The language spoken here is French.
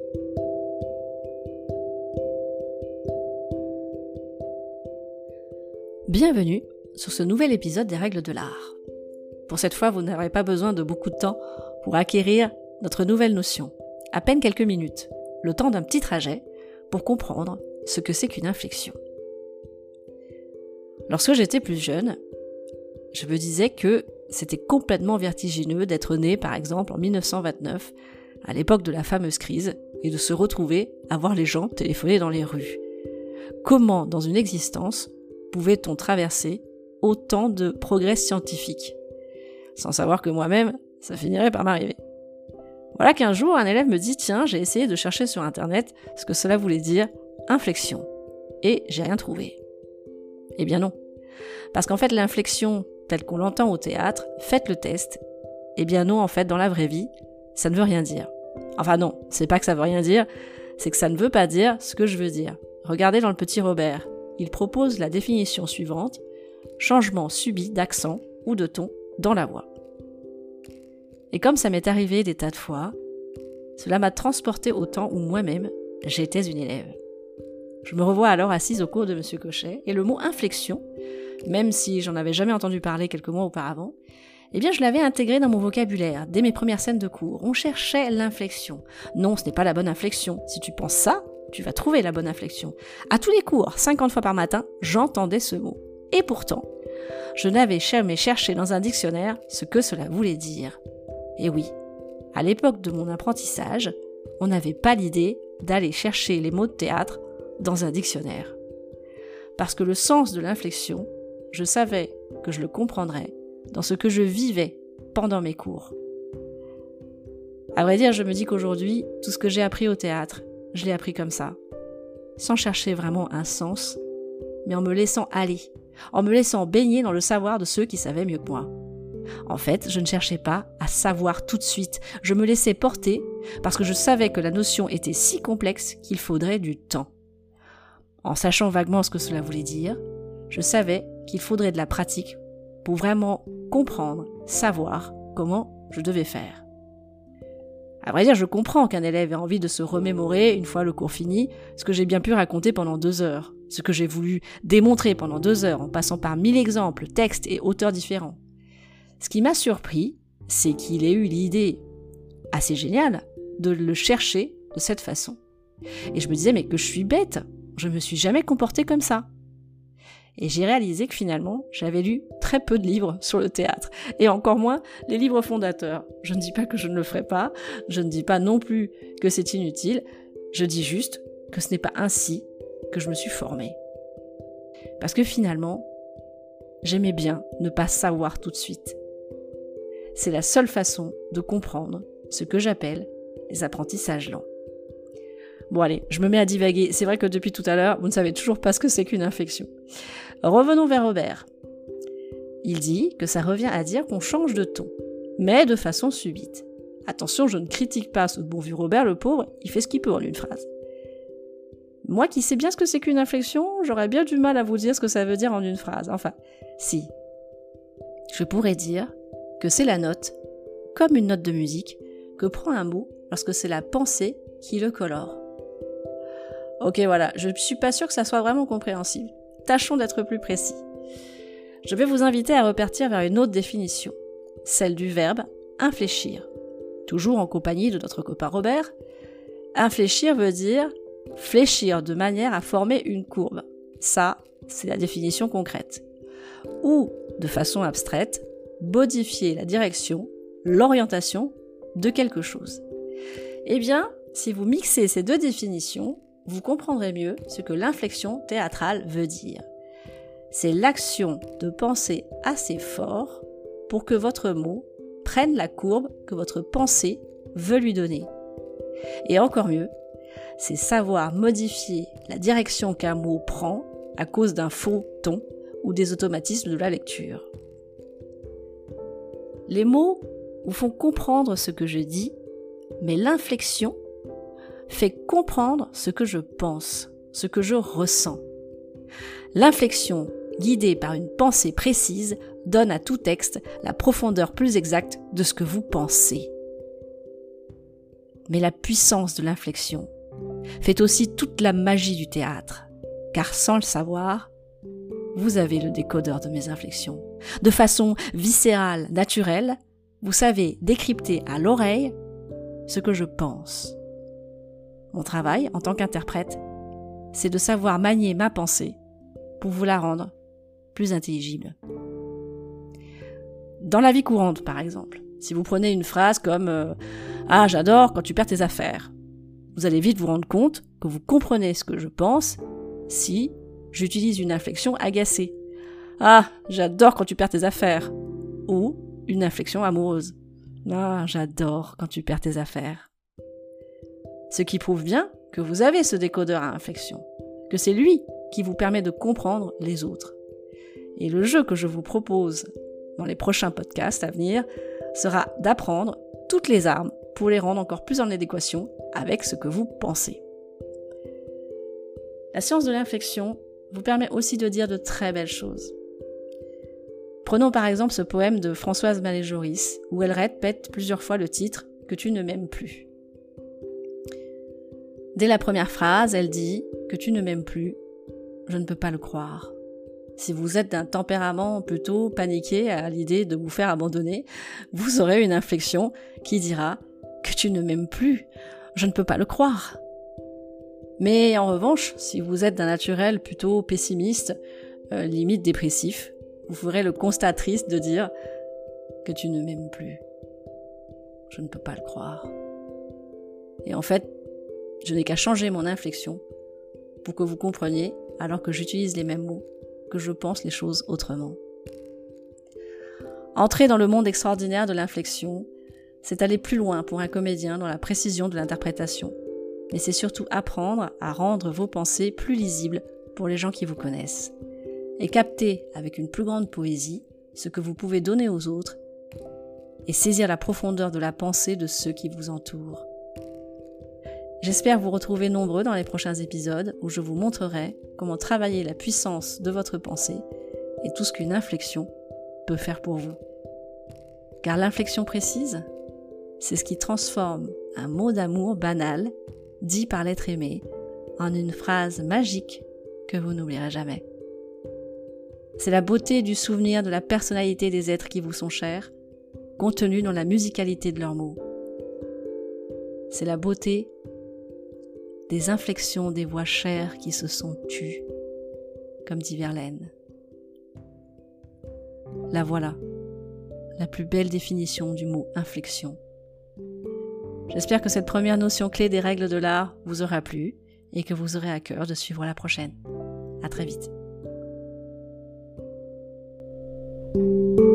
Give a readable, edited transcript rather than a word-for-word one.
Bienvenue sur ce nouvel épisode des règles de l'art. Pour cette fois, vous n'aurez pas besoin de beaucoup de temps pour acquérir notre nouvelle notion. À peine quelques minutes, le temps d'un petit trajet pour comprendre ce que c'est qu'une inflexion. Lorsque j'étais plus jeune, je me disais que c'était complètement vertigineux d'être né, par exemple, en 1929, à l'époque de la fameuse crise, et de se retrouver à voir les gens téléphoner dans les rues. Comment, dans une existence, pouvait-on traverser autant de progrès scientifiques, sans savoir que moi-même, ça finirait par m'arriver. Voilà qu'un jour, un élève me dit « Tiens, j'ai essayé de chercher sur Internet ce que cela voulait dire inflexion, et j'ai rien trouvé. » Eh bien non, parce qu'en fait, l'inflexion, telle qu'on l'entend au théâtre, faites le test, eh bien non, en fait, dans la vraie vie, ça ne veut rien dire. Enfin non, c'est pas que ça veut rien dire, c'est que ça ne veut pas dire ce que je veux dire. Regardez dans le petit Robert. Il propose la définition suivante, changement subit d'accent ou de ton dans la voix. Et comme ça m'est arrivé des tas de fois, cela m'a transporté au temps où moi-même, j'étais une élève. Je me revois alors assise au cours de M. Cochet, et le mot inflexion, même si j'en avais jamais entendu parler quelques mois auparavant, eh bien je l'avais intégré dans mon vocabulaire, dès mes premières scènes de cours. On cherchait l'inflexion. Non, ce n'est pas la bonne inflexion. Si tu penses ça, tu vas trouver la bonne inflexion. À tous les cours, 50 fois par matin, j'entendais ce mot. Et pourtant, je n'avais jamais cherché dans un dictionnaire ce que cela voulait dire. Et oui, à l'époque de mon apprentissage, on n'avait pas l'idée d'aller chercher les mots de théâtre dans un dictionnaire. Parce que le sens de l'inflexion, je savais que je le comprendrais dans ce que je vivais pendant mes cours. À vrai dire, je me dis qu'aujourd'hui, tout ce que j'ai appris au théâtre, je l'ai appris comme ça, sans chercher vraiment un sens, mais en me laissant aller, en me laissant baigner dans le savoir de ceux qui savaient mieux que moi. En fait, je ne cherchais pas à savoir tout de suite, je me laissais porter parce que je savais que la notion était si complexe qu'il faudrait du temps. En sachant vaguement ce que cela voulait dire, je savais qu'il faudrait de la pratique pour vraiment comprendre, savoir comment je devais faire. À vrai dire, je comprends qu'un élève ait envie de se remémorer, une fois le cours fini, ce que j'ai bien pu raconter pendant 2 heures, ce que j'ai voulu démontrer pendant 2 heures en passant par 1000 exemples, textes et auteurs différents. Ce qui m'a surpris, c'est qu'il ait eu l'idée assez géniale de le chercher de cette façon. Et je me disais, mais que je suis bête, je me suis jamais comportée comme ça. Et j'ai réalisé que finalement, j'avais lu très peu de livres sur le théâtre, et encore moins les livres fondateurs. Je ne dis pas que je ne le ferai pas, je ne dis pas non plus que c'est inutile, je dis juste que ce n'est pas ainsi que je me suis formée. Parce que finalement, j'aimais bien ne pas savoir tout de suite. C'est la seule façon de comprendre ce que j'appelle les apprentissages lents. Bon allez, je me mets à divaguer. C'est vrai que depuis tout à l'heure, vous ne savez toujours pas ce que c'est qu'une inflexion. Revenons vers Robert. Il dit que ça revient à dire qu'on change de ton, mais de façon subite. Attention, je ne critique pas ce bon vieux Robert, le pauvre, il fait ce qu'il peut en une phrase. Moi qui sais bien ce que c'est qu'une inflexion, j'aurais bien du mal à vous dire ce que ça veut dire en une phrase. Enfin, si. Je pourrais dire que c'est la note, comme une note de musique, que prend un mot lorsque c'est la pensée qui le colore. Ok, voilà, je ne suis pas sûre que ça soit vraiment compréhensible. Tâchons d'être plus précis. Je vais vous inviter à repartir vers une autre définition, celle du verbe « infléchir ». Toujours en compagnie de notre copain Robert, infléchir veut dire fléchir de manière à former une courbe. Ça, c'est la définition concrète. Ou, de façon abstraite, modifier la direction, l'orientation de quelque chose. Eh bien, si vous mixez ces deux définitions, vous comprendrez mieux ce que l'inflexion théâtrale veut dire. C'est l'action de penser assez fort pour que votre mot prenne la courbe que votre pensée veut lui donner. Et encore mieux, c'est savoir modifier la direction qu'un mot prend à cause d'un faux ton ou des automatismes de la lecture. Les mots vous font comprendre ce que je dis, mais l'inflexion fait comprendre ce que je pense, ce que je ressens. L'inflexion, guidée par une pensée précise, donne à tout texte la profondeur plus exacte de ce que vous pensez. Mais la puissance de l'inflexion fait aussi toute la magie du théâtre, car sans le savoir, vous avez le décodeur de mes inflexions. De façon viscérale, naturelle, vous savez décrypter à l'oreille ce que je pense. Mon travail, en tant qu'interprète, c'est de savoir manier ma pensée pour vous la rendre plus intelligible. Dans la vie courante, par exemple, si vous prenez une phrase comme « Ah, j'adore quand tu perds tes affaires », vous allez vite vous rendre compte que vous comprenez ce que je pense si j'utilise une inflexion agacée. « Ah, j'adore quand tu perds tes affaires » ou une inflexion amoureuse. « Ah, j'adore quand tu perds tes affaires ». Ce qui prouve bien que vous avez ce décodeur à inflexion, que c'est lui qui vous permet de comprendre les autres. Et le jeu que je vous propose dans les prochains podcasts à venir sera d'apprendre toutes les armes pour les rendre encore plus en adéquation avec ce que vous pensez. La science de l'inflexion vous permet aussi de dire de très belles choses. Prenons par exemple ce poème de Françoise Mallet-Joris, où elle répète plusieurs fois le titre « Que tu ne m'aimes plus ». Dès la première phrase, elle dit « Que tu ne m'aimes plus, je ne peux pas le croire ». Si vous êtes d'un tempérament plutôt paniqué à l'idée de vous faire abandonner, vous aurez une inflexion qui dira « Que tu ne m'aimes plus, je ne peux pas le croire ». Mais en revanche, si vous êtes d'un naturel plutôt pessimiste, limite dépressif, vous ferez le constat triste de dire « Que tu ne m'aimes plus, je ne peux pas le croire ». Et en fait, je n'ai qu'à changer mon inflexion pour que vous compreniez, alors que j'utilise les mêmes mots, que je pense les choses autrement. Entrer dans le monde extraordinaire de l'inflexion, c'est aller plus loin pour un comédien dans la précision de l'interprétation. Mais c'est surtout apprendre à rendre vos pensées plus lisibles pour les gens qui vous connaissent. Et capter avec une plus grande poésie ce que vous pouvez donner aux autres et saisir la profondeur de la pensée de ceux qui vous entourent. J'espère vous retrouver nombreux dans les prochains épisodes où je vous montrerai comment travailler la puissance de votre pensée et tout ce qu'une inflexion peut faire pour vous. Car l'inflexion précise, c'est ce qui transforme un mot d'amour banal, dit par l'être aimé, en une phrase magique que vous n'oublierez jamais. C'est la beauté du souvenir de la personnalité des êtres qui vous sont chers, contenue dans la musicalité de leurs mots. C'est la beauté des inflexions des voix chères qui se sont tues, comme dit Verlaine. La voilà, la plus belle définition du mot inflexion. J'espère que cette première notion clé des règles de l'art vous aura plu et que vous aurez à cœur de suivre la prochaine. À très vite.